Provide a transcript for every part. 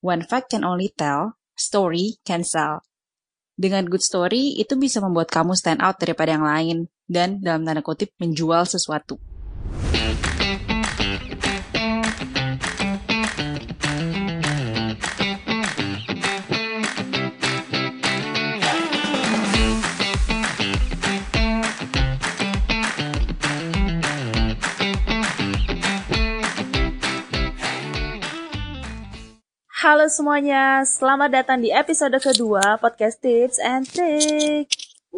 When fact can only tell, story can sell. Dengan good story, itu bisa membuat kamu stand out daripada yang lain dan dalam tanda kutip menjual sesuatu. Halo semuanya, selamat datang di episode kedua podcast Tips and Trick.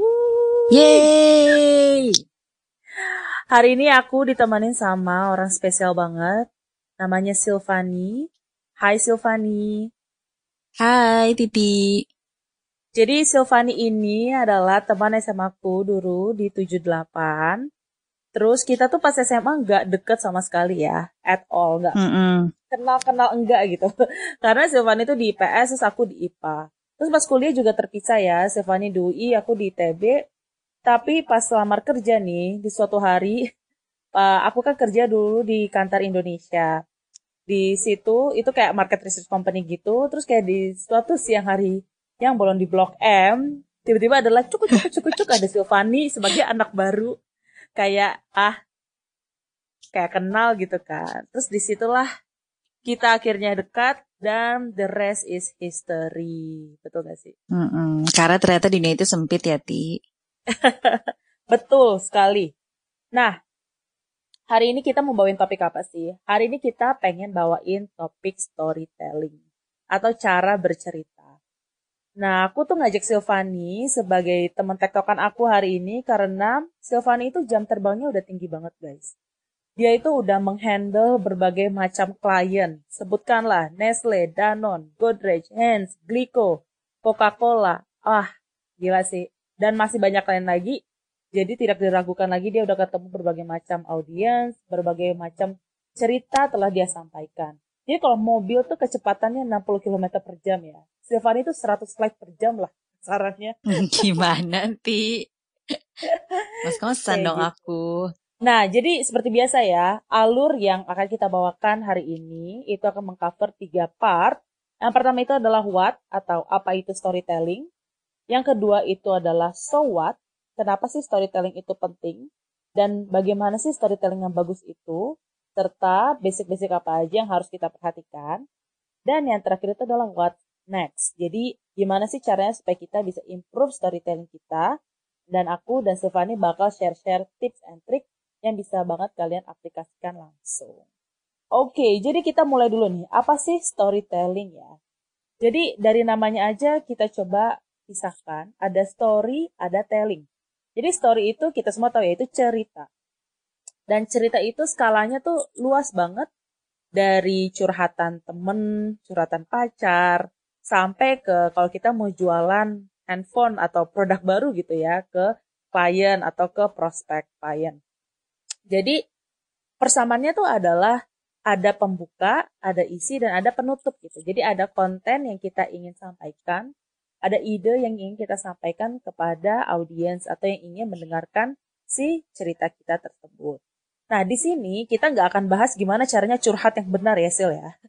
Yeay! Hari ini aku ditemanin sama orang spesial banget, namanya Silvani. Hai Silvani. Hai Titi. Jadi Silvani ini adalah teman SMA aku dulu di 78. Terus kita tuh pas SMA nggak deket sama sekali ya, at all, nggak kenal-kenal enggak gitu. Karena Silvani tuh di IPS, terus aku di IPA. Terus pas kuliah juga terpisah ya, Silvani di UI, aku di ITB. Tapi pas lamar kerja nih, di suatu hari, aku kan kerja dulu di Kantar Indonesia. Di situ, itu kayak market research company gitu. Terus kayak di suatu siang hari yang bolong di Blok M, tiba-tiba adalah cuk ada Silvani sebagai anak baru. Kayak, kayak kenal gitu kan. Terus disitulah kita akhirnya dekat dan the rest is history. Betul gak sih? Karena ternyata dunia itu sempit ya, Ti. Betul sekali. Nah, hari ini kita mau bawain topik apa sih? Hari ini kita pengen bawain topik storytelling atau cara bercerita. Nah, aku tuh ngajak Silvani sebagai teman tektokan aku hari ini karena Silvani itu jam terbangnya udah tinggi banget, guys. Dia itu udah menghandle berbagai macam klien. Sebutkanlah Nestle, Danone, Godrej, Heinz, Glico, Coca-Cola. Gila sih. Dan masih banyak lain lagi. Jadi tidak diragukan lagi dia udah ketemu berbagai macam audiens, berbagai macam cerita telah dia sampaikan. Jadi kalau mobil tuh kecepatannya 60 km per jam ya. Silvani itu 100 slide per jam lah sarannya. Gimana, Ti? Mas-kosan dong gitu. aku. Nah, jadi seperti biasa ya, alur yang akan kita bawakan hari ini itu akan mengcover 3 part. Yang pertama itu adalah what atau apa itu storytelling. Yang kedua itu adalah so what, kenapa sih storytelling itu penting. Dan bagaimana sih storytelling yang bagus itu. Serta basic-basic apa aja yang harus kita perhatikan. Dan yang terakhir itu adalah what next. Jadi gimana sih caranya supaya kita bisa improve storytelling kita. Dan aku dan Silvani bakal share-share tips and trick yang bisa banget kalian aplikasikan langsung. Oke, jadi kita mulai dulu nih. Apa sih storytelling ya? Jadi dari namanya aja kita coba pisahkan. Ada story, ada telling. Jadi story itu kita semua tahu ya, itu cerita. Dan cerita itu skalanya tuh luas banget. Dari curhatan temen, curhatan pacar, sampai ke kalau kita mau jualan handphone atau produk baru gitu ya, ke klien atau ke prospek klien. Jadi persamaannya tuh adalah ada pembuka, ada isi, dan ada penutup gitu. Jadi ada konten yang kita ingin sampaikan, ada ide yang ingin kita sampaikan kepada audiens atau yang ingin mendengarkan si cerita kita tersebut. Nah, di sini kita nggak akan bahas gimana caranya curhat yang benar ya, Sil ya.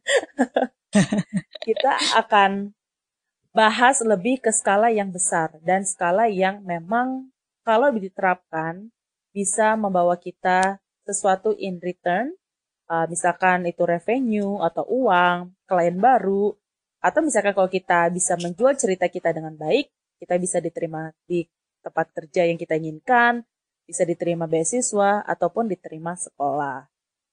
Kita akan bahas lebih ke skala yang besar dan skala yang memang kalau diterapkan bisa membawa kita sesuatu in return, misalkan itu revenue atau uang, klien baru, atau misalkan kalau kita bisa menjual cerita kita dengan baik, kita bisa diterima di tempat kerja yang kita inginkan, bisa diterima beasiswa, ataupun diterima sekolah.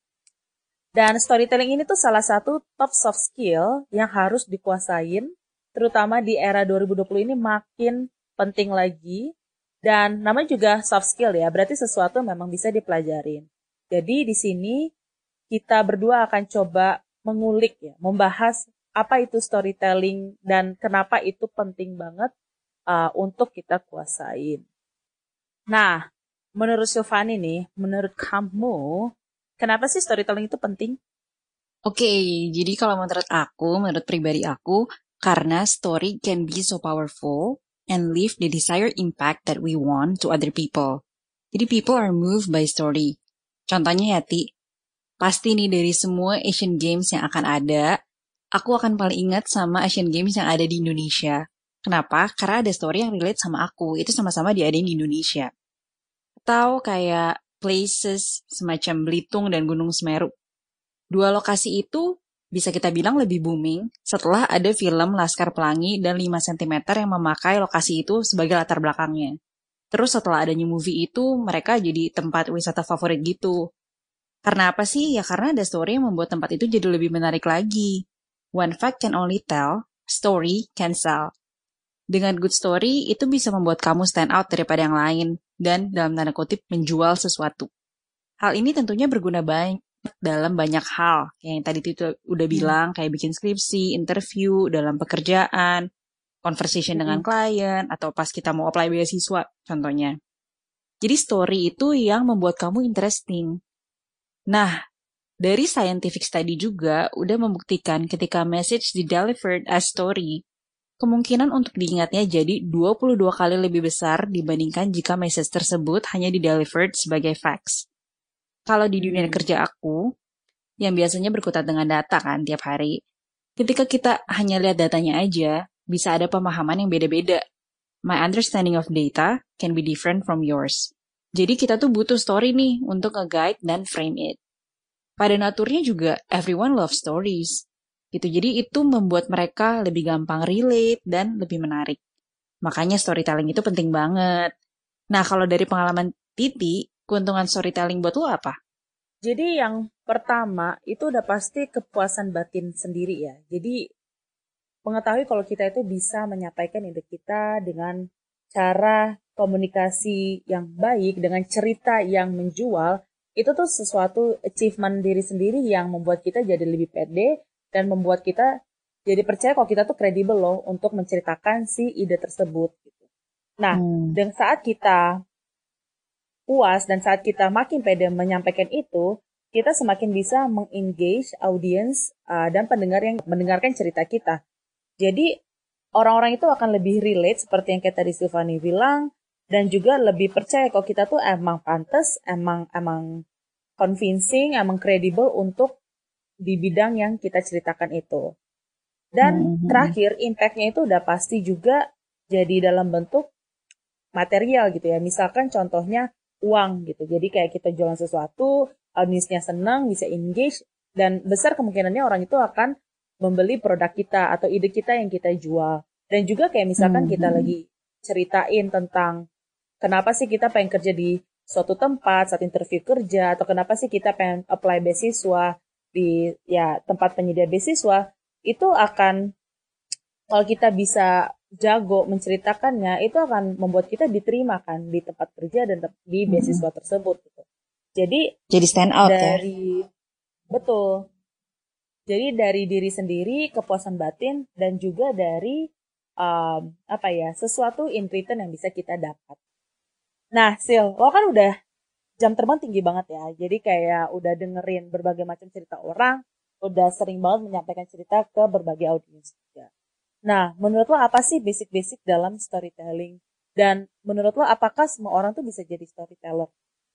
Dan storytelling ini tuh salah satu top soft skill yang harus dikuasain, terutama di era 2020 ini makin penting lagi. Dan namanya juga soft skill ya, berarti sesuatu memang bisa dipelajarin. Jadi di sini kita berdua akan coba mengulik ya, membahas apa itu storytelling dan kenapa itu penting banget untuk kita kuasain. Nah, menurut Silvani nih, menurut kamu, kenapa sih storytelling itu penting? Oke, jadi kalau menurut pribadi aku, karena story can be so powerful and leave the desired impact that we want to other people. Jadi people are moved by story. Contohnya ya, Ti, pasti nih dari semua Asian Games yang akan ada, aku akan paling ingat sama Asian Games yang ada di Indonesia. Kenapa? Karena ada story yang relate sama aku. Itu sama-sama diadain di Indonesia. Atau kayak places semacam Belitung dan Gunung Semeru. Dua lokasi itu bisa kita bilang lebih booming setelah ada film Laskar Pelangi dan 5 cm yang memakai lokasi itu sebagai latar belakangnya. Terus setelah adanya movie itu, mereka jadi tempat wisata favorit gitu. Karena apa sih? Ya karena ada story yang membuat tempat itu jadi lebih menarik lagi. One fact can only tell, story can sell. Dengan good story, itu bisa membuat kamu stand out daripada yang lain, dan dalam tanda kutip menjual sesuatu. Hal ini tentunya berguna banyak dalam banyak hal, yang tadi itu udah bilang, kayak bikin skripsi, interview, dalam pekerjaan, conversation dengan klien, atau pas kita mau apply beasiswa, contohnya. Jadi story itu yang membuat kamu interesting. Nah, dari scientific study juga udah membuktikan ketika message di-delivered as story, kemungkinan untuk diingatnya jadi 22 kali lebih besar dibandingkan jika message tersebut hanya di-delivered sebagai facts. Kalau di dunia kerja aku, yang biasanya berkutat dengan data kan tiap hari, ketika kita hanya lihat datanya aja, bisa ada pemahaman yang beda-beda. My understanding of data can be different from yours. Jadi kita tuh butuh story nih untuk nge-guide dan frame it. Pada naturnya juga, everyone loves stories. Gitu. Jadi itu membuat mereka lebih gampang relate dan lebih menarik. Makanya storytelling itu penting banget. Nah, kalau dari pengalaman Titi, keuntungan storytelling buat lo apa? Jadi yang pertama itu udah pasti kepuasan batin sendiri ya. Jadi mengetahui kalau kita itu bisa menyampaikan ide kita dengan cara komunikasi yang baik, dengan cerita yang menjual, itu tuh sesuatu achievement diri sendiri yang membuat kita jadi lebih pede dan membuat kita jadi percaya kalau kita tuh kredibel loh untuk menceritakan si ide tersebut. Nah, dan saat kita puas dan saat kita makin pede menyampaikan itu, kita semakin bisa mengengage audiens dan pendengar yang mendengarkan cerita kita. Jadi orang-orang itu akan lebih relate seperti yang kayak tadi Silvani bilang, dan juga lebih percaya kalau kita tuh emang pantas, emang convincing, emang kredibel untuk di bidang yang kita ceritakan itu. Dan terakhir, impact-nya itu udah pasti juga jadi dalam bentuk material gitu ya. Misalkan contohnya uang gitu. Jadi kayak kita jualan sesuatu, audiensnya senang, bisa engage, dan besar kemungkinannya orang itu akan membeli produk kita atau ide kita yang kita jual. Dan juga kayak misalkan kita lagi ceritain tentang kenapa sih kita pengen kerja di suatu tempat saat interview kerja, atau kenapa sih kita pengen apply beasiswa di ya tempat penyedia beasiswa, itu akan, kalau kita bisa jago menceritakannya, itu akan membuat kita diterima kan di tempat kerja dan di beasiswa tersebut gitu. Jadi stand out dari, ya? Betul. Jadi dari diri sendiri, kepuasan batin, dan juga dari sesuatu in return yang bisa kita dapat. Nah, Sil, lo kan udah jam terbang tinggi banget ya. Jadi kayak udah dengerin berbagai macam cerita orang, udah sering banget menyampaikan cerita ke berbagai audiens juga. Nah, menurut lo apa sih basic-basic dalam storytelling? Dan menurut lo apakah semua orang tuh bisa jadi storyteller?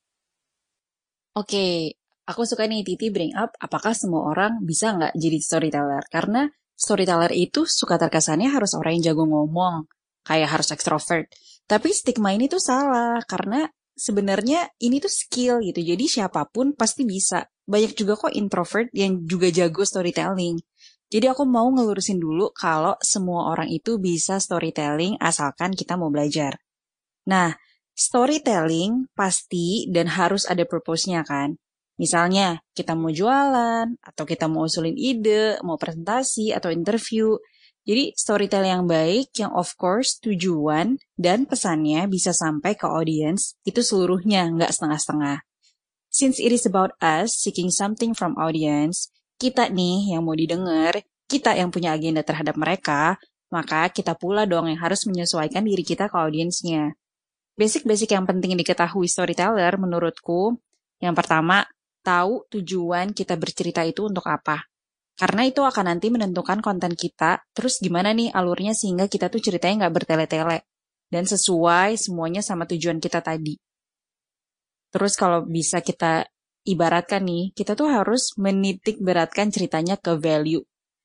Oke, aku suka nih Titi bring up apakah semua orang bisa nggak jadi storyteller. Karena storyteller itu suka terkesannya harus orang yang jago ngomong, kayak harus extrovert. Tapi stigma ini tuh salah, karena sebenarnya ini tuh skill gitu. Jadi siapapun pasti bisa. Banyak juga kok introvert yang juga jago storytelling. Jadi aku mau ngelurusin dulu kalau semua orang itu bisa storytelling asalkan kita mau belajar. Nah, storytelling pasti dan harus ada purpose-nya kan. Misalnya, kita mau jualan, atau kita mau usulin ide, mau presentasi, atau interview. Jadi, storytelling yang baik, yang of course tujuan dan pesannya bisa sampai ke audience, itu seluruhnya, nggak setengah-setengah. Since it is about us seeking something from audience, kita nih yang mau didengar, kita yang punya agenda terhadap mereka, maka kita pula dong yang harus menyesuaikan diri kita ke audiensnya. Basic-basic yang penting diketahui storyteller menurutku, yang pertama, tahu tujuan kita bercerita itu untuk apa. Karena itu akan nanti menentukan konten kita, terus gimana nih alurnya sehingga kita tuh ceritanya nggak bertele-tele. Dan sesuai semuanya sama tujuan kita tadi. Terus kalau bisa kita ibaratkan nih, kita tuh harus menitik beratkan ceritanya ke value.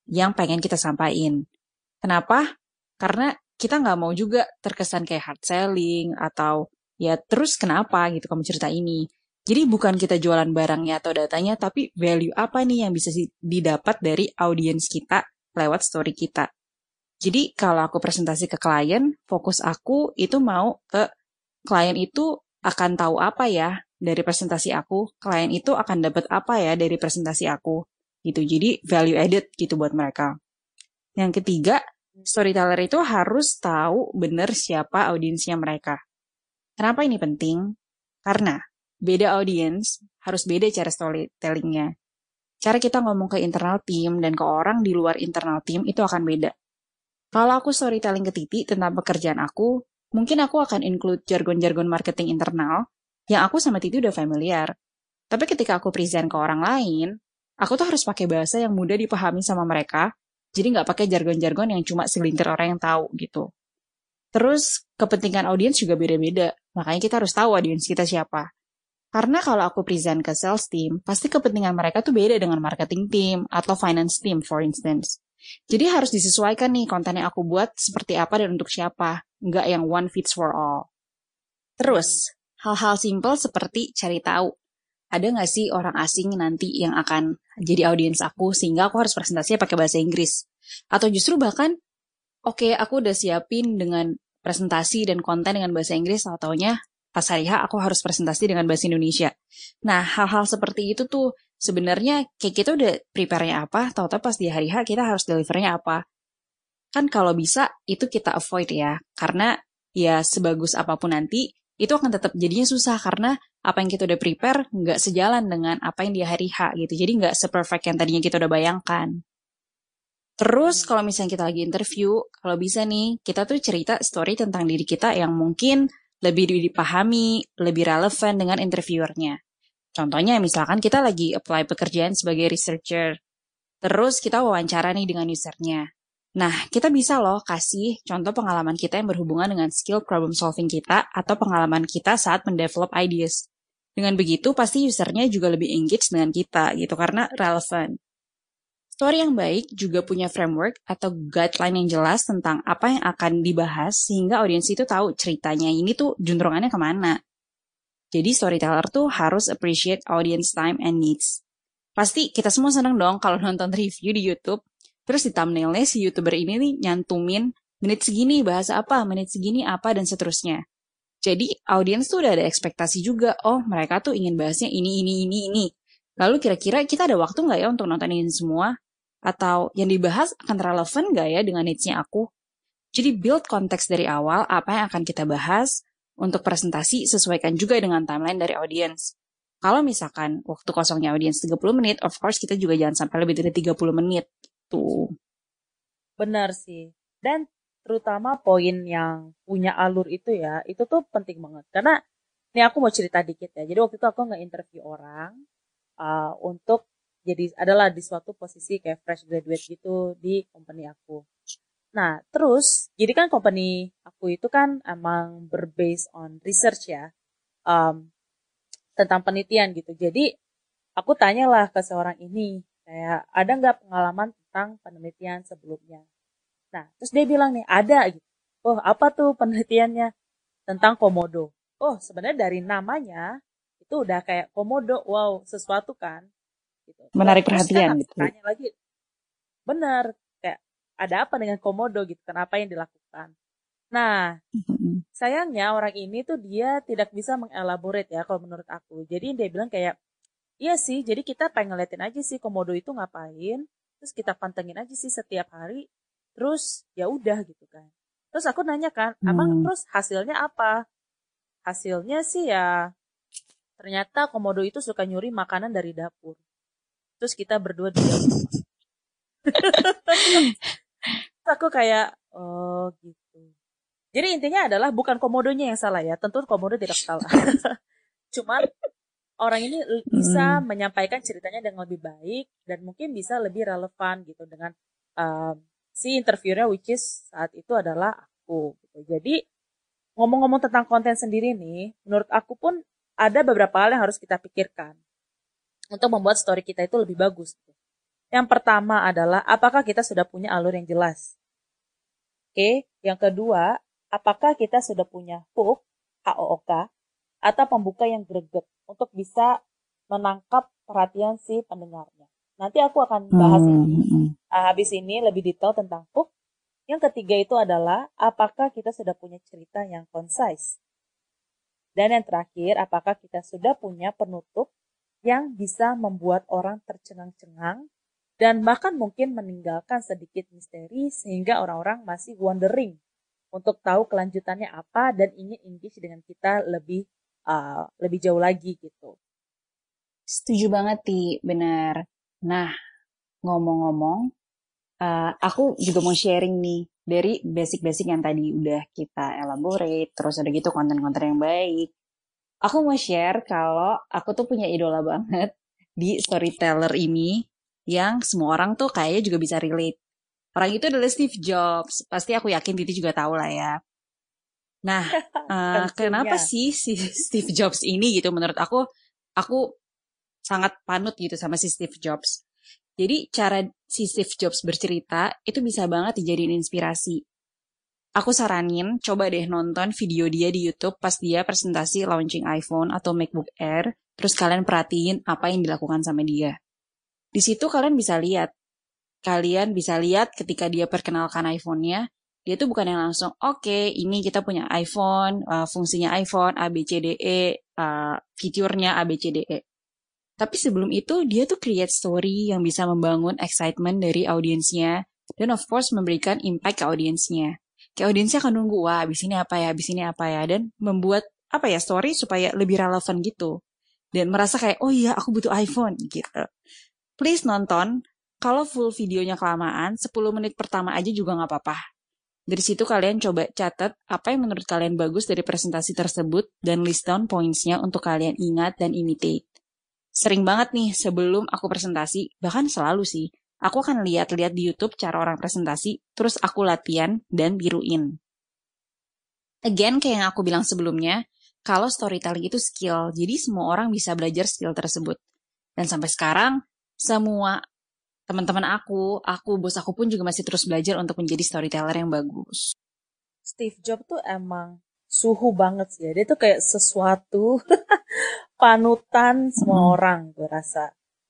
yang pengen kita sampaikan. Kenapa? Karena kita nggak mau juga terkesan kayak hard selling atau ya terus kenapa gitu kamu cerita ini. Jadi bukan kita jualan barangnya atau datanya, tapi value apa nih yang bisa didapat dari audiens kita lewat story kita. Jadi kalau aku presentasi ke klien, fokus aku itu mau ke klien itu akan tahu apa ya dari presentasi aku, klien itu akan dapat apa ya dari presentasi aku. Gitu. Jadi value added gitu buat mereka. Yang ketiga, storyteller itu harus tahu benar siapa audiensnya mereka. Kenapa ini penting? Karena beda audiens harus beda cara storytellingnya. Cara kita ngomong ke internal team dan ke orang di luar internal team itu akan beda. Kalau aku storytelling ke Titi tentang pekerjaan aku, mungkin aku akan include jargon-jargon marketing internal yang aku sama Titi udah familiar. Tapi ketika aku present ke orang lain, aku tuh harus pakai bahasa yang mudah dipahami sama mereka, jadi nggak pakai jargon-jargon yang cuma segelintir orang yang tahu gitu. Terus kepentingan audiens juga beda-beda, makanya kita harus tahu audiens kita siapa. Karena kalau aku present ke sales team, pasti kepentingan mereka tuh beda dengan marketing team atau finance team, for instance. Jadi harus disesuaikan nih konten yang aku buat seperti apa dan untuk siapa, nggak yang one fits for all. Terus, hal-hal simpel seperti cari tahu, ada nggak sih orang asing nanti yang akan jadi audiens aku sehingga aku harus presentasinya pakai bahasa Inggris? Atau justru bahkan, oke, aku udah siapin dengan presentasi dan konten dengan bahasa Inggris, taunya pas hari H aku harus presentasi dengan bahasa Indonesia. Nah, hal-hal seperti itu tuh sebenarnya kayak kita udah prepare-nya apa, tahu-tahu pas di hari H kita harus deliver-nya apa. Kan kalau bisa itu kita avoid ya, karena ya sebagus apapun nanti, itu akan tetap jadinya susah karena apa yang kita udah prepare nggak sejalan dengan apa yang di hari H gitu. Jadi nggak se-perfect yang tadinya kita udah bayangkan. Terus kalau misalnya kita lagi interview, kalau bisa nih, kita tuh cerita story tentang diri kita yang mungkin lebih dipahami, lebih relevan dengan interviewernya. Contohnya misalkan kita lagi apply pekerjaan sebagai researcher, terus kita wawancara nih dengan usernya. Nah, kita bisa loh kasih contoh pengalaman kita yang berhubungan dengan skill problem solving kita atau pengalaman kita saat mendevelop ideas. Dengan begitu, pasti usernya juga lebih engage dengan kita gitu, karena relevan. Story yang baik juga punya framework atau guideline yang jelas tentang apa yang akan dibahas sehingga audiens itu tahu ceritanya ini tuh juntrungannya kemana. Jadi storyteller tuh harus appreciate audience time and needs. Pasti kita semua seneng dong kalau nonton review di YouTube, terus di thumbnailnya si YouTuber ini nih nyantumin menit segini bahasa apa, menit segini apa, dan seterusnya. Jadi audiens tuh udah ada ekspektasi juga, oh mereka tuh ingin bahasnya ini. Lalu kira-kira kita ada waktu nggak ya untuk nonton ini semua? Atau yang dibahas akan relevan nggak ya dengan needs-nya aku? Jadi build konteks dari awal apa yang akan kita bahas, untuk presentasi sesuaikan juga dengan timeline dari audiens. Kalau misalkan waktu kosongnya audiens 30 menit, of course kita juga jangan sampai lebih dari 30 menit. Tuh. Benar sih. Dan terutama poin yang punya alur itu ya, itu tuh penting banget. Karena ini aku mau cerita dikit ya. Jadi waktu itu aku nge-interview orang untuk jadi adalah di suatu posisi kayak fresh graduate gitu di company aku. Nah, terus jadi kan company aku itu kan emang berbase on research ya, um, tentang penelitian gitu. Jadi aku tanyalah ke seorang ini, kayak ada nggak pengalaman tentang penelitian sebelumnya. Nah, terus dia bilang nih, ada gitu. Oh, apa tuh penelitiannya? Tentang komodo. Oh, sebenarnya dari namanya, itu udah kayak komodo, wow, sesuatu kan. Gitu. Menarik Terus kan perhatian aku gitu. tanya lagi, bener, kayak ada apa dengan komodo gitu, kenapa yang dilakukan? Nah, sayangnya orang ini tuh dia tidak bisa mengelaborate ya kalau menurut aku. Jadi dia bilang kayak, iya sih, jadi kita pengen ngeliatin aja sih komodo itu ngapain, terus kita pantengin aja sih setiap hari, terus ya udah gitu kan. Terus aku nanya kan, emang terus hasilnya apa? Hasilnya sih ya ternyata komodo itu suka nyuri makanan dari dapur. Terus kita berdua diam. Terus aku kayak, oh gitu. Jadi intinya adalah bukan komodonya yang salah ya, tentu komodo tidak salah. Cuman orang ini bisa menyampaikan ceritanya dengan lebih baik dan mungkin bisa lebih relevan gitu dengan si interviewernya, which is saat itu adalah aku. Gitu. Jadi ngomong-ngomong tentang konten sendiri nih, menurut aku pun ada beberapa hal yang harus kita pikirkan untuk membuat story kita itu lebih bagus. Gitu. Yang pertama adalah apakah kita sudah punya alur yang jelas? Oke, yang kedua, apakah kita sudah punya hook, HOOK, atau pembuka yang greget untuk bisa menangkap perhatian si pendengarnya. Nanti aku akan bahas ini, habis ini lebih detail tentang hook. Yang ketiga itu adalah apakah kita sudah punya cerita yang concise. Dan yang terakhir, apakah kita sudah punya penutup yang bisa membuat orang tercengang-cengang dan bahkan mungkin meninggalkan sedikit misteri sehingga orang-orang masih wondering untuk tahu kelanjutannya apa dan ingin engage dengan kita lebih jauh lagi gitu. Setuju banget, Ti. Benar. Nah, ngomong-ngomong, aku juga mau sharing nih dari basic-basic yang tadi udah kita elaborate, terus ada gitu konten-konten yang baik. Aku mau share kalau aku tuh punya idola banget di storyteller ini yang semua orang tuh kayaknya juga bisa relate. Orang itu adalah Steve Jobs. Pasti aku yakin Titi juga tahu lah ya. Nah, kenapa Tentunya. sih si Steve Jobs ini gitu menurut aku sangat panut gitu sama si Steve Jobs. Jadi cara si Steve Jobs bercerita itu bisa banget dijadiin inspirasi. Aku saranin coba deh nonton video dia di YouTube pas dia presentasi launching iPhone atau MacBook Air, terus kalian perhatiin apa yang dilakukan sama dia. Di situ kalian bisa lihat ketika dia perkenalkan iPhone-nya, dia tuh bukan yang langsung, oke, ini kita punya iPhone, fungsinya iPhone, A, B, C, D, E, fiturnya A, B, C, D, E. Tapi sebelum itu, dia tuh create story yang bisa membangun excitement dari audiensnya, dan of course memberikan impact ke audiensnya. Kayak audiensnya akan nunggu, wah, abis ini apa ya, abis ini apa ya, dan membuat, apa ya, story supaya lebih relevan gitu. Dan merasa kayak, oh iya, aku butuh iPhone, gitu. Please nonton, kalau full videonya kelamaan, 10 menit pertama aja juga nggak apa-apa. Dari situ kalian coba catat apa yang menurut kalian bagus dari presentasi tersebut dan list down points-nya untuk kalian ingat dan imitate. Sering banget nih sebelum aku presentasi, bahkan selalu sih, aku akan lihat-lihat di YouTube cara orang presentasi, terus aku latihan dan tiruin. Again, kayak yang aku bilang sebelumnya, kalau storytelling itu skill, jadi semua orang bisa belajar skill tersebut. Dan sampai sekarang, semua teman-teman bos aku pun juga masih terus belajar untuk menjadi storyteller yang bagus. Steve Jobs tuh emang suhu banget sih ya. Dia tuh kayak sesuatu panutan semua Mm-mm. orang gue rasa.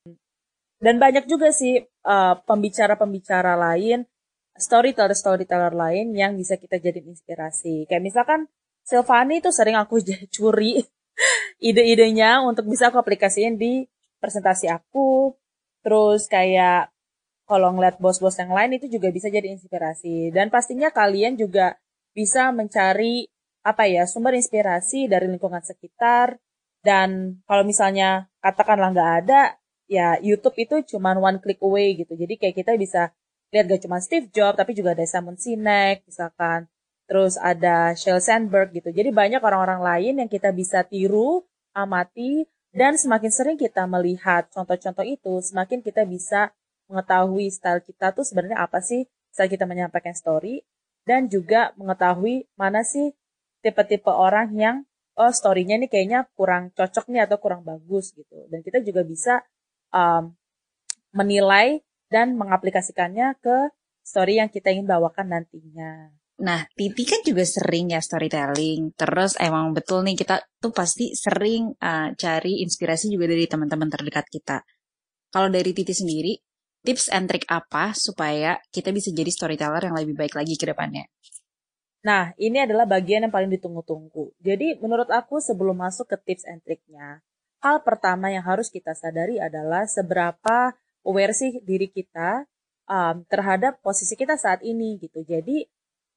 Dan banyak juga sih pembicara-pembicara lain, storyteller-storyteller lain yang bisa kita jadiin inspirasi. Kayak misalkan Silvani tuh sering aku curi ide-idenya untuk bisa aku aplikasiin di presentasi aku. Terus kayak kalau ngeliat bos-bos yang lain itu juga bisa jadi inspirasi. Dan pastinya kalian juga bisa mencari apa ya sumber inspirasi dari lingkungan sekitar. Dan kalau misalnya katakanlah nggak ada, ya YouTube itu cuma one click away gitu. Jadi kayak kita bisa lihat gak cuma Steve Jobs, tapi juga ada Simon Sinek misalkan. Terus ada Sheryl Sandberg gitu. Jadi banyak orang-orang lain yang kita bisa tiru, amati, dan semakin sering kita melihat contoh-contoh itu, semakin kita bisa mengetahui style kita tuh sebenarnya apa sih saat kita menyampaikan story, dan juga mengetahui mana sih tipe-tipe orang yang oh story-nya nih kayaknya kurang cocok nih atau kurang bagus gitu. Dan kita juga bisa um, menilai dan mengaplikasikannya ke story yang kita ingin bawakan nantinya. Nah, Titi kan juga sering ya storytelling. Terus emang betul nih kita tuh pasti sering cari inspirasi juga dari teman-teman terdekat kita. Kalau dari Titi sendiri, tips and trick apa supaya kita bisa jadi storyteller yang lebih baik lagi ke depannya? Nah, ini adalah bagian yang paling ditunggu-tunggu. Jadi, menurut aku sebelum masuk ke tips and triknya, hal pertama yang harus kita sadari adalah seberapa aware sih diri kita terhadap posisi kita saat ini gitu. Jadi,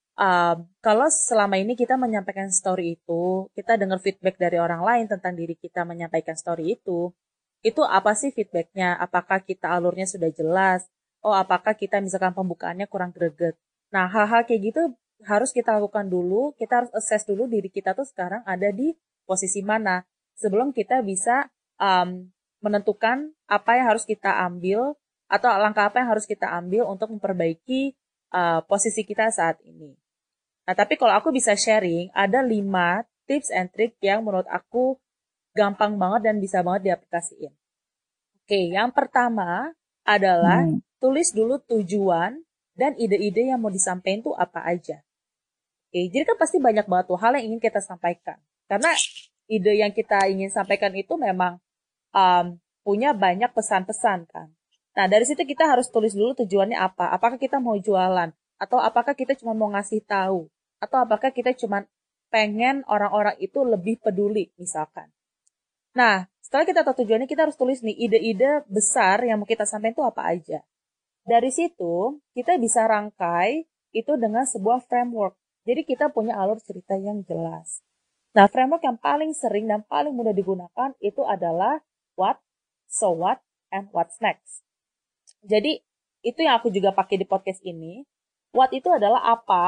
kalau selama ini kita menyampaikan story kita dengar feedback dari orang lain tentang diri kita menyampaikan story itu apa sih feedbacknya? Apakah kita alurnya sudah jelas? Oh, apakah kita misalkan pembukaannya kurang greget? Nah, hal-hal kayak gitu harus kita lakukan dulu. Kita harus assess dulu diri kita tuh sekarang ada di posisi mana sebelum kita bisa menentukan apa yang harus kita ambil atau langkah apa yang harus kita ambil untuk memperbaiki posisi kita saat ini. Nah, tapi kalau aku bisa sharing, ada 5 tips and trick yang menurut aku gampang banget dan bisa banget diaplikasiin. Oke, yang pertama adalah Hmm. tulis dulu tujuan dan ide-ide yang mau disampaikan tuh apa aja. Oke, jadi kan pasti banyak banget tuh hal yang ingin kita sampaikan. Karena ide yang kita ingin sampaikan itu memang punya banyak pesan-pesan kan. Nah, dari situ kita harus tulis dulu tujuannya apa. Apakah kita mau jualan? Atau apakah kita cuma mau ngasih tahu? Atau apakah kita cuma pengen orang-orang itu lebih peduli misalkan. Nah, setelah kita tahu tujuannya, kita harus tulis nih ide-ide besar yang mau kita sampaikan itu apa aja. Dari situ, kita bisa rangkai itu dengan sebuah framework. Jadi kita punya alur cerita yang jelas. Nah, framework yang paling sering dan paling mudah digunakan itu adalah what, so what, and what's next. Jadi, itu yang aku juga pakai di podcast ini. What itu adalah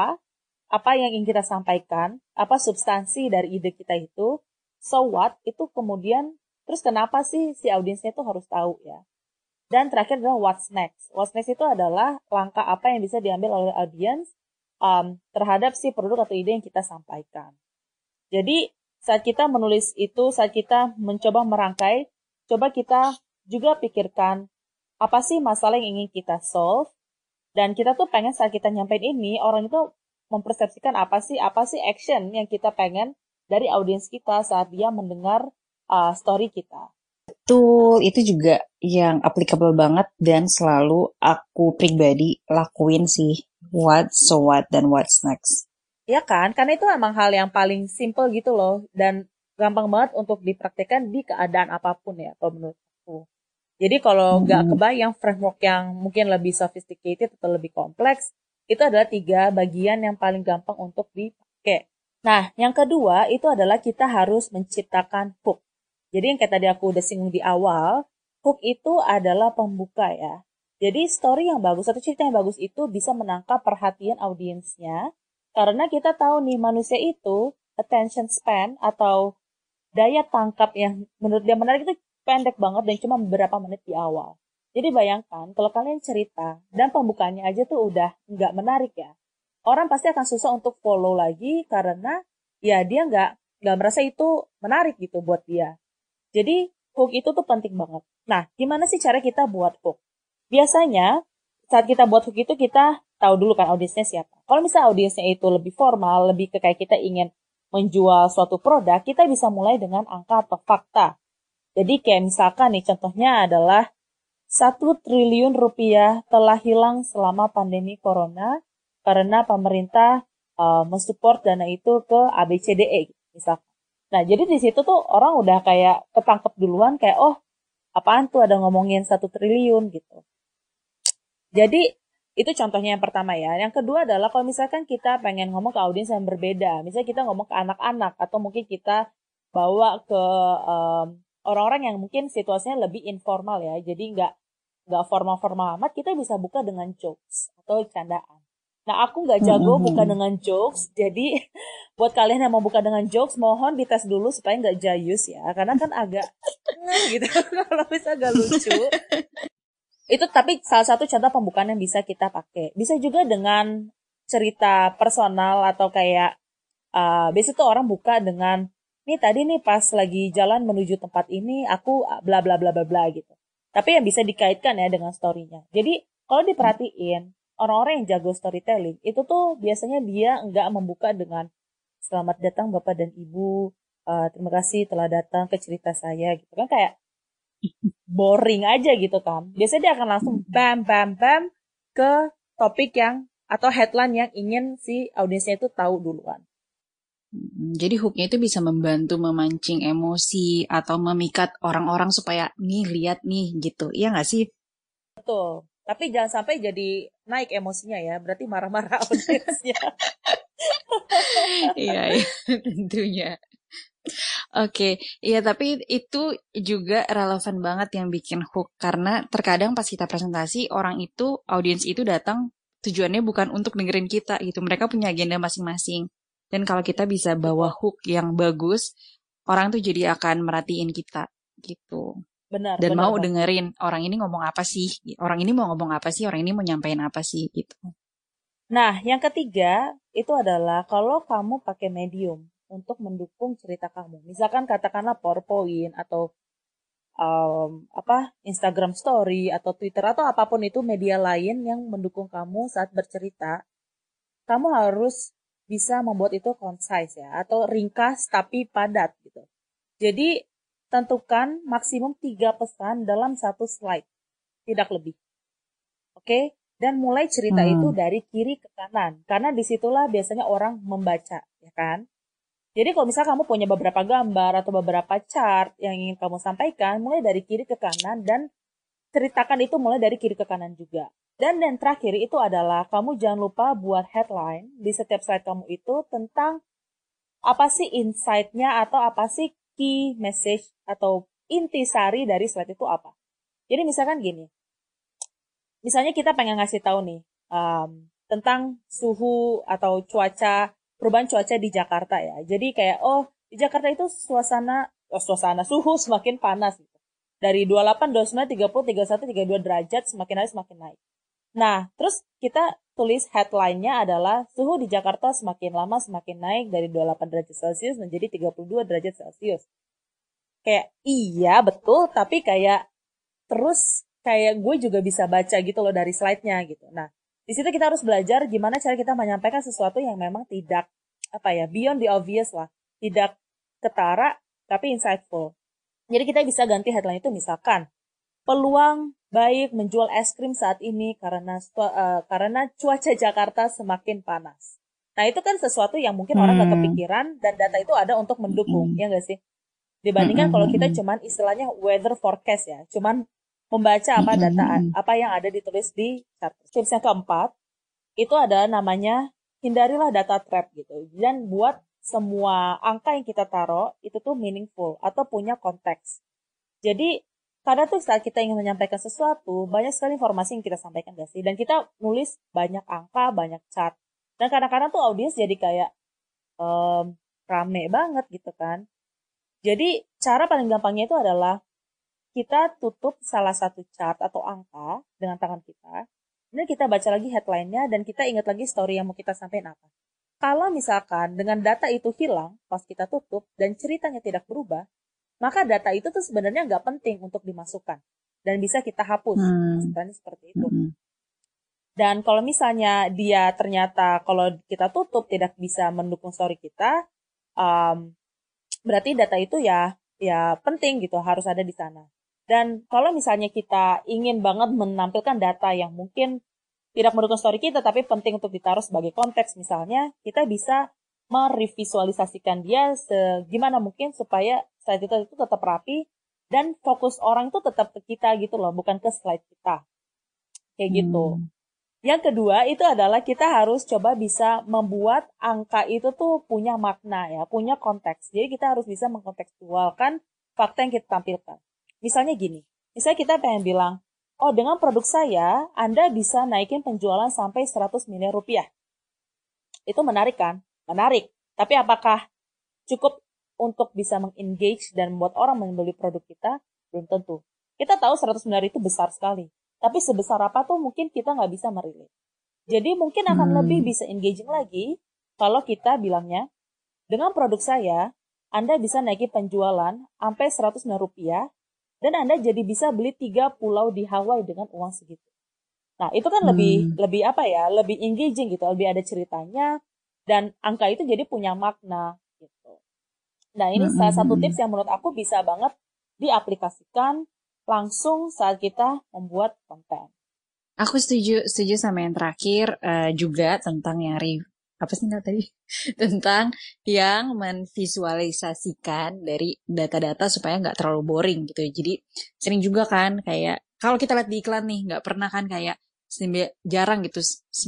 apa yang ingin kita sampaikan, apa substansi dari ide kita itu. So what, itu kemudian, terus kenapa sih si audiensnya itu harus tahu ya. Dan terakhir adalah what's next. What's next itu adalah langkah apa yang bisa diambil oleh audiens terhadap si produk atau ide yang kita sampaikan. Jadi saat kita menulis itu, saat kita mencoba merangkai, coba kita juga pikirkan apa sih masalah yang ingin kita solve. Dan kita tuh pengen saat kita nyampein ini, orang itu mempersepsikan apa sih action yang kita pengen dari audiens kita saat dia mendengar story kita. Betul, itu juga yang applicable banget dan selalu aku pribadi lakuin sih. What, so what, dan what's next. Ya kan? Karena itu emang hal yang paling simple gitu loh. Dan gampang banget untuk dipraktikkan di keadaan apapun ya, kalau menurut aku. Jadi kalau nggak Mm-mm. kebayang framework yang mungkin lebih sophisticated atau lebih kompleks, itu adalah 3 bagian yang paling gampang untuk dipakai. Nah, yang kedua itu adalah kita harus menciptakan hook. Jadi yang kayak tadi aku udah singgung di awal, hook itu adalah pembuka ya. Jadi story yang bagus atau cerita yang bagus itu bisa menangkap perhatian audiensnya, karena kita tahu nih manusia itu attention span atau daya tangkap yang menurut dia menarik itu pendek banget dan cuma beberapa menit di awal. Jadi bayangkan kalau kalian cerita dan pembukaannya aja tuh udah nggak menarik ya. Orang pasti akan susah untuk follow lagi karena ya dia nggak merasa itu menarik gitu buat dia. Jadi hook itu tuh penting banget. Nah, gimana sih cara kita buat hook? Biasanya saat kita buat hook itu kita tahu dulu kan audiensnya siapa. Kalau misalnya audiensnya itu lebih formal, lebih ke kayak kita ingin menjual suatu produk, kita bisa mulai dengan angka atau fakta. Jadi kayak misalkan nih contohnya adalah 1 triliun rupiah telah hilang selama pandemi corona karena pemerintah mensupport dana itu ke ABCDE misalkan. Nah, jadi di situ tuh orang udah kayak ketangkep duluan kayak oh, apaan tuh ada ngomongin 1 triliun gitu. Jadi itu contohnya yang pertama ya. Yang kedua adalah kalau misalkan kita pengen ngomong ke audiens yang berbeda, misalnya kita ngomong ke anak-anak atau mungkin kita bawa ke orang-orang yang mungkin situasinya lebih informal ya. Jadi nggak formal-formal amat, kita bisa buka dengan jokes atau candaan. Nah, aku nggak jago buka Mm-mm. dengan jokes, jadi buat kalian yang mau buka dengan jokes, mohon dites dulu supaya nggak jayus ya, karena kan agak gitu kalau bisa agak lucu. Itu tapi salah satu contoh pembukaan yang bisa kita pakai. Bisa juga dengan cerita personal atau kayak biasanya tuh orang buka dengan nih tadi nih pas lagi jalan menuju tempat ini aku bla bla bla bla bla gitu. Tapi yang bisa dikaitkan ya dengan story-nya. Jadi kalau diperhatiin orang-orang yang jago storytelling itu tuh biasanya dia nggak membuka dengan selamat datang Bapak dan Ibu, terima kasih telah datang ke cerita saya gitu kan kayak boring aja gitu kan. Biasanya dia akan langsung bam bam bam ke topik yang atau headline yang ingin si audiensnya itu tahu duluan. Jadi hooknya itu bisa membantu memancing emosi atau memikat orang-orang supaya nih lihat nih gitu. Iya nggak sih? Betul. Tapi jangan sampai jadi naik emosinya ya. Berarti marah-marah audiensnya. Iya, iya, tentunya. Oke, iya tapi itu juga relevan banget yang bikin hook karena terkadang pas kita presentasi orang itu audiens itu datang tujuannya bukan untuk dengerin kita gitu. Mereka punya agenda masing-masing. Dan kalau kita bisa bawa Betul. hook yang bagus, orang tuh jadi akan merhatiin kita gitu. Benar, Dan benar mau banget. dengerin orang ini ngomong apa sih? Orang ini mau ngomong apa sih? Orang ini mau nyampein apa sih gitu. Nah, yang ketiga itu adalah kalau kamu pakai medium untuk mendukung cerita kamu. Misalkan katakanlah PowerPoint atau Instagram Story atau Twitter atau apapun itu media lain yang mendukung kamu saat bercerita, kamu harus bisa membuat itu concise ya, atau ringkas tapi padat gitu. Jadi tentukan maksimum 3 pesan dalam satu slide, tidak lebih. Oke? Dan mulai cerita itu dari kiri ke kanan, karena disitulah biasanya orang membaca, ya kan? Jadi kalau misalnya kamu punya beberapa gambar atau beberapa chart yang ingin kamu sampaikan, mulai dari kiri ke kanan dan ceritakan itu mulai dari kiri ke kanan juga. Dan yang terakhir itu adalah kamu jangan lupa buat headline di setiap slide kamu itu tentang apa sih insight-nya atau apa sih key message atau intisari dari slide itu apa. Jadi misalkan gini, misalnya kita pengen ngasih tahu nih tentang suhu atau perubahan cuaca di Jakarta ya. Jadi kayak di Jakarta itu suasana suhu semakin panas gitu. Dari 28, 29, 30, 31, 32 derajat semakin hari semakin naik. Nah, terus kita tulis headline-nya adalah suhu di Jakarta semakin lama semakin naik dari 28 derajat Celcius menjadi 32 derajat Celcius. Kayak iya betul, tapi terus kayak gue juga bisa baca gitu loh dari slide-nya gitu. Nah, di situ kita harus belajar gimana cara kita menyampaikan sesuatu yang memang tidak beyond the obvious lah, tidak ketara tapi insightful. Jadi kita bisa ganti headline itu misalkan peluang baik menjual es krim saat ini karena cuaca Jakarta semakin panas. Nah, itu kan sesuatu yang mungkin orang gak kepikiran dan data itu ada untuk mendukung, ya nggak sih? Dibandingkan kalau kita cuman istilahnya weather forecast ya, cuman membaca apa yang ada ditulis di chart. Tips yang keempat, itu ada namanya hindarilah data trap gitu. Dan buat semua angka yang kita taruh itu tuh meaningful atau punya konteks. Jadi kadang tuh saat kita ingin menyampaikan sesuatu, banyak sekali informasi yang kita sampaikan gak sih? Dan kita nulis banyak angka, banyak chart. Dan kadang-kadang tuh audiens jadi kayak rame banget gitu kan. Jadi cara paling gampangnya itu adalah kita tutup salah satu chart atau angka dengan tangan kita, dan kita baca lagi headline-nya dan kita ingat lagi story yang mau kita sampaikan apa. Kalau misalkan dengan data itu hilang pas kita tutup dan ceritanya tidak berubah, maka data itu tuh sebenarnya nggak penting untuk dimasukkan dan bisa kita hapus. Misalnya seperti itu. Dan kalau misalnya dia ternyata kalau kita tutup tidak bisa mendukung story kita, berarti data itu ya penting gitu, harus ada di sana. Dan kalau misalnya kita ingin banget menampilkan data yang mungkin tidak mendukung story kita, tapi penting untuk ditaruh sebagai konteks misalnya, kita bisa merevisualisasikan dia segimana mungkin supaya slide itu tetap rapi dan fokus orang itu tetap ke kita gitu loh, bukan ke slide kita. Kayak gitu. Yang kedua itu adalah kita harus coba bisa membuat angka itu tuh punya makna ya, punya konteks. Jadi kita harus bisa mengkontekstualkan fakta yang kita tampilkan. Misalnya gini, misalnya kita pengen bilang, dengan produk saya, Anda bisa naikin penjualan sampai 100 miliar rupiah. Itu menarik kan? Menarik. Tapi apakah cukup untuk bisa meng-engage dan membuat orang membeli produk kita? Belum tentu. Kita tahu 100 miliar itu besar sekali. Tapi sebesar apa tuh mungkin kita nggak bisa merilis. Jadi mungkin akan lebih bisa engaging lagi kalau kita bilangnya, dengan produk saya, Anda bisa naikin penjualan sampai 100 miliar rupiah, dan Anda jadi bisa beli 3 pulau di Hawaii dengan uang segitu. Nah, itu kan lebih engaging gitu, lebih ada ceritanya, dan angka itu jadi punya makna gitu. Nah, ini salah satu tips yang menurut aku bisa banget diaplikasikan langsung saat kita membuat konten. Aku setuju sama yang terakhir, juga tentang yang tentang yang menvisualisasikan dari data-data supaya nggak terlalu boring gitu. Jadi sering juga kan kayak kalau kita lihat di iklan nih, nggak pernah kan kayak jarang gitu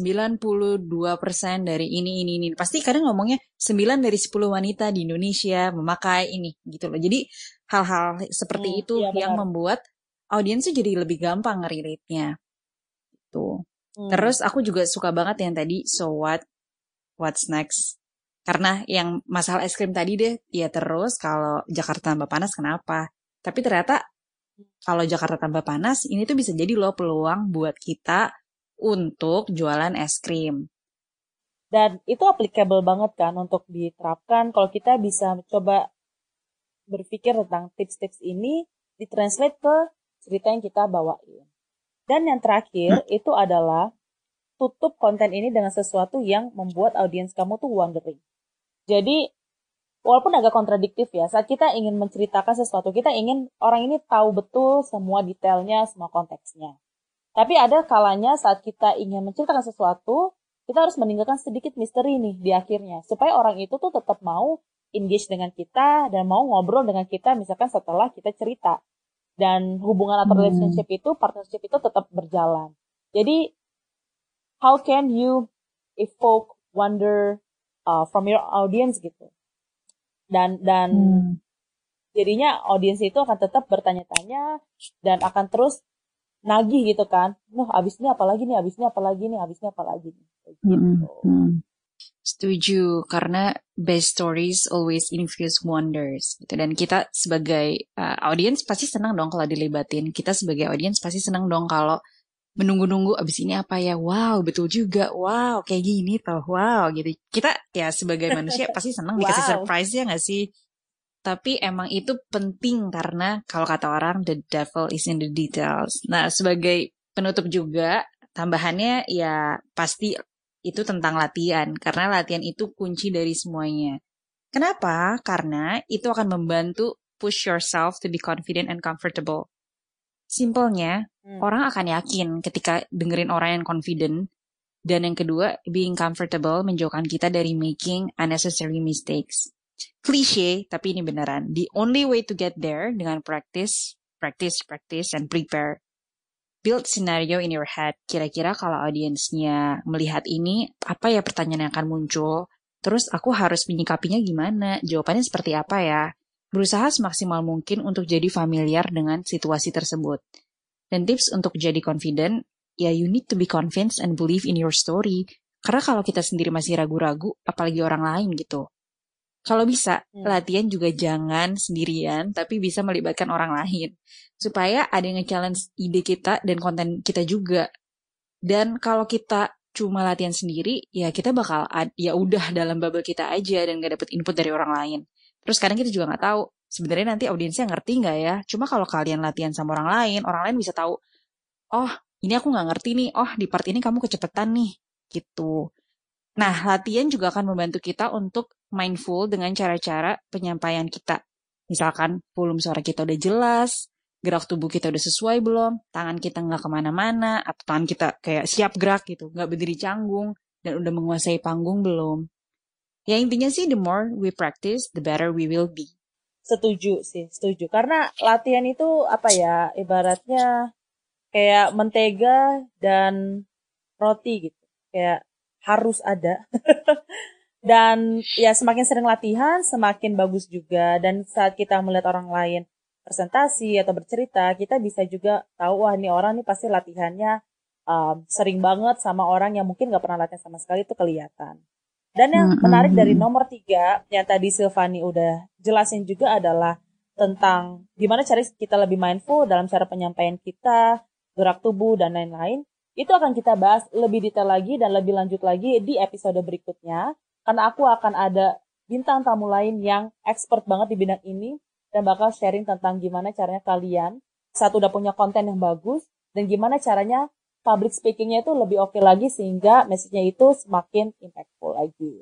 92% dari ini. Pasti kadang ngomongnya 9 dari 10 wanita di Indonesia memakai ini gitu loh. Jadi hal-hal seperti itu yang membuat audiensnya jadi lebih gampang ngerelate-nya. Tuh. Terus aku juga suka banget yang tadi what's next? Karena yang masalah es krim tadi deh, ya terus kalau Jakarta tambah panas kenapa? Tapi ternyata kalau Jakarta tambah panas, ini tuh bisa jadi loh peluang buat kita untuk jualan es krim. Dan itu applicable banget kan untuk diterapkan kalau kita bisa coba berpikir tentang tips-tips ini ditranslate ke cerita yang kita bawain. Dan yang terakhir itu adalah tutup konten ini dengan sesuatu yang membuat audiens kamu tuh wondering. Jadi, walaupun agak kontradiktif ya, saat kita ingin menceritakan sesuatu, kita ingin orang ini tahu betul semua detailnya, semua konteksnya. Tapi ada kalanya saat kita ingin menceritakan sesuatu, kita harus meninggalkan sedikit misteri nih di akhirnya. Supaya orang itu tuh tetap mau engage dengan kita dan mau ngobrol dengan kita misalkan setelah kita cerita. Dan hubungan atau relationship itu, partnership itu tetap berjalan. Jadi, how can you evoke wonder from your audience gitu? Dan jadinya audiens itu akan tetap bertanya-tanya dan akan terus nagih gitu kan. Abis ini apa lagi nih, abis ini apa lagi nih, abis ini apa lagi nih. Gitu. Setuju, karena best stories always infuse wonders gitu. Dan kita sebagai audiens pasti senang dong kalau dilibatin. Kita sebagai audiens pasti senang dong kalau menunggu-nunggu abis ini apa ya. Wow, betul juga. Wow, kayak gini toh. Wow, gitu. Kita ya sebagai manusia pasti senang dikasih surprise ya gak sih? Tapi emang itu penting karena kalau kata orang, the devil is in the details. Nah, sebagai penutup juga, tambahannya ya pasti itu tentang latihan. Karena latihan itu kunci dari semuanya. Kenapa? Karena itu akan membantu push yourself to be confident and comfortable. Simpelnya, orang akan yakin ketika dengerin orang yang confident. Dan yang kedua, being comfortable menjauhkan kita dari making unnecessary mistakes. Cliché, tapi ini beneran. The only way to get there dengan practice, and prepare. Build scenario in your head. Kira-kira kalau audiensnya melihat ini, apa ya pertanyaan yang akan muncul? Terus aku harus menyikapinya gimana? Jawabannya seperti apa ya? Berusaha semaksimal mungkin untuk jadi familiar dengan situasi tersebut. Dan tips untuk jadi confident, ya you need to be convinced and believe in your story. Karena kalau kita sendiri masih ragu-ragu, apalagi orang lain gitu. Kalau bisa, latihan juga jangan sendirian, tapi bisa melibatkan orang lain. Supaya ada yang nge-challenge ide kita dan konten kita juga. Dan kalau kita cuma latihan sendiri, ya kita bakal ya udah dalam bubble kita aja dan gak dapet input dari orang lain. Terus kadang kita juga gak tahu, sebenarnya nanti audiensnya ngerti gak ya? Cuma kalau kalian latihan sama orang lain bisa tahu, oh ini aku gak ngerti nih, oh di part ini kamu kecepetan nih, gitu. Nah, latihan juga akan membantu kita untuk mindful dengan cara-cara penyampaian kita. Misalkan, volume suara kita udah jelas, gerak tubuh kita udah sesuai belum, tangan kita nggak kemana-mana, atau tangan kita kayak siap gerak gitu, nggak berdiri canggung, dan udah menguasai panggung belum. Ya intinya sih, the more we practice, the better we will be. Setuju sih, setuju. Karena latihan itu apa ya, ibaratnya kayak mentega dan roti gitu. Kayak harus ada. Dan ya semakin sering latihan, semakin bagus juga. Dan saat kita melihat orang lain presentasi atau bercerita, kita bisa juga tahu, wah ini orang nih pasti latihannya sering banget sama orang yang mungkin gak pernah latihan sama sekali, itu kelihatan. Dan yang menarik dari nomor 3, yang tadi Silvani udah jelasin juga adalah tentang gimana cara kita lebih mindful dalam cara penyampaian kita, gerak tubuh, dan lain-lain. Itu akan kita bahas lebih detail lagi dan lebih lanjut lagi di episode berikutnya. Karena aku akan ada bintang tamu lain yang expert banget di bidang ini dan bakal sharing tentang gimana caranya kalian saat udah punya konten yang bagus dan gimana caranya public speakingnya itu lebih oke lagi sehingga message-nya itu semakin impactful lagi.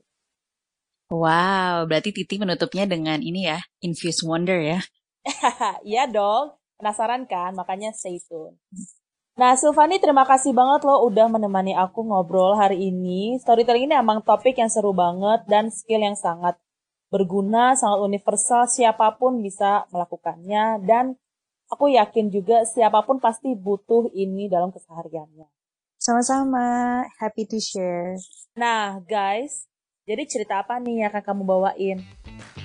Wow, berarti Titi menutupnya dengan ini ya, infuse wonder ya. Iya dong, penasaran kan? Makanya stay tune. Nah, Silvani, terima kasih banget lo udah menemani aku ngobrol hari ini. Storytelling ini emang topik yang seru banget dan skill yang sangat berguna, sangat universal. Siapapun bisa melakukannya dan aku yakin juga siapapun pasti butuh ini dalam kesehariannya. Sama-sama, happy to share. Nah, guys, jadi cerita apa nih yang akan kamu bawain?